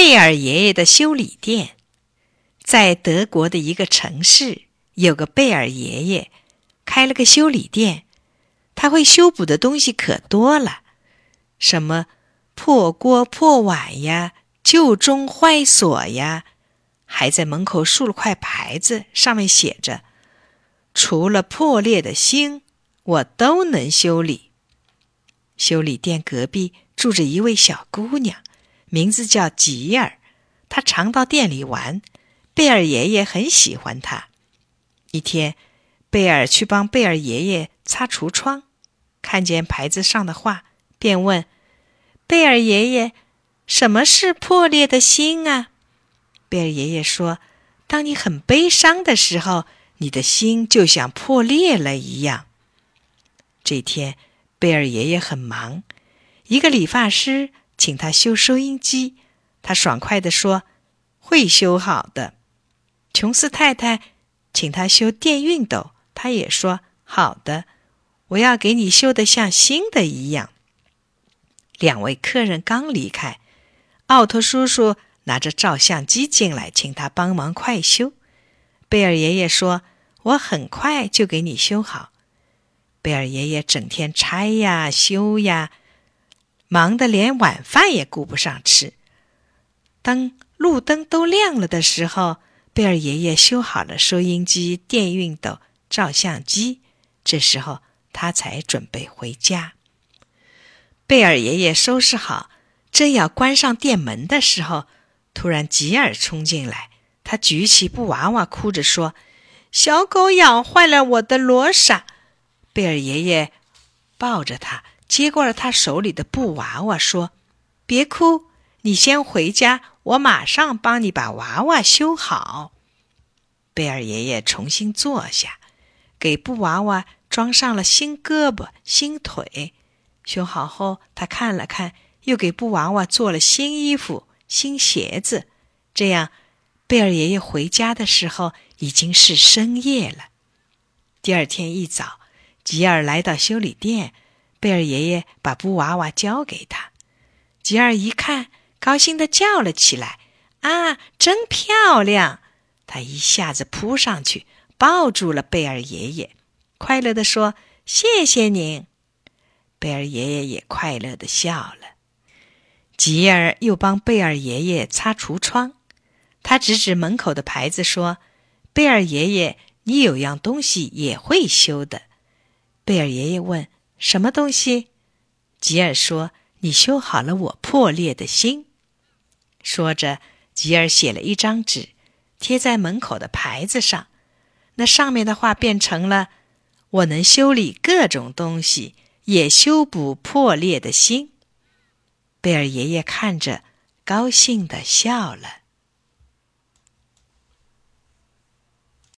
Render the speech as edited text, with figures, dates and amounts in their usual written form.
贝尔爷爷的修理店。在德国的一个城市，有个贝尔爷爷开了个修理店，他会修补的东西可多了，什么破锅破碗呀，旧钟坏锁呀，还在门口竖了块牌子，上面写着除了破裂的星，我都能修理。修理店隔壁住着一位小姑娘，名字叫吉尔，她常到店里玩，贝尔爷爷很喜欢她。一天，贝尔去帮贝尔爷爷擦橱窗，看见牌子上的话，便问贝尔爷爷，什么是破裂的心啊？贝尔爷爷说，当你很悲伤的时候，你的心就像破裂了一样。这天，贝尔爷爷很忙，一个理发师请他修收音机，他爽快地说，会修好的。琼斯太太请他修电熨斗，他也说，好的，我要给你修得像新的一样。两位客人刚离开，奥托叔叔拿着照相机进来，请他帮忙快修。贝尔爷爷说，我很快就给你修好。贝尔爷爷整天拆呀修呀，忙得连晚饭也顾不上吃。当路灯都亮了的时候，贝尔爷爷修好了收音机、电熨斗、照相机，这时候他才准备回家。贝尔爷爷收拾好，正要关上店门的时候，突然吉尔冲进来，他举起布娃娃哭着说，小狗咬坏了我的罗莎。贝尔爷爷抱着他，接过了他手里的布娃娃，说，别哭，你先回家，我马上帮你把娃娃修好。贝尔爷爷重新坐下，给布娃娃装上了新胳膊、新腿。修好后，他看了看，又给布娃娃做了新衣服、新鞋子。这样，贝尔爷爷回家的时候已经是深夜了。第二天一早，吉尔来到修理店，贝尔爷爷把布娃娃交给他。吉尔一看，高兴地叫了起来，啊，真漂亮！他一下子扑上去，抱住了贝尔爷爷，快乐地说，谢谢您。贝尔爷爷也快乐地笑了。吉尔又帮贝尔爷爷擦橱窗，他指指门口的牌子说，贝尔爷爷，你有样东西也会修的。贝尔爷爷问，什么东西？吉尔说，你修好了我破裂的心。说着，吉尔写了一张纸，贴在门口的牌子上，那上面的话变成了，我能修理各种东西，也修补破裂的心。贝尔爷爷看着，高兴地笑了。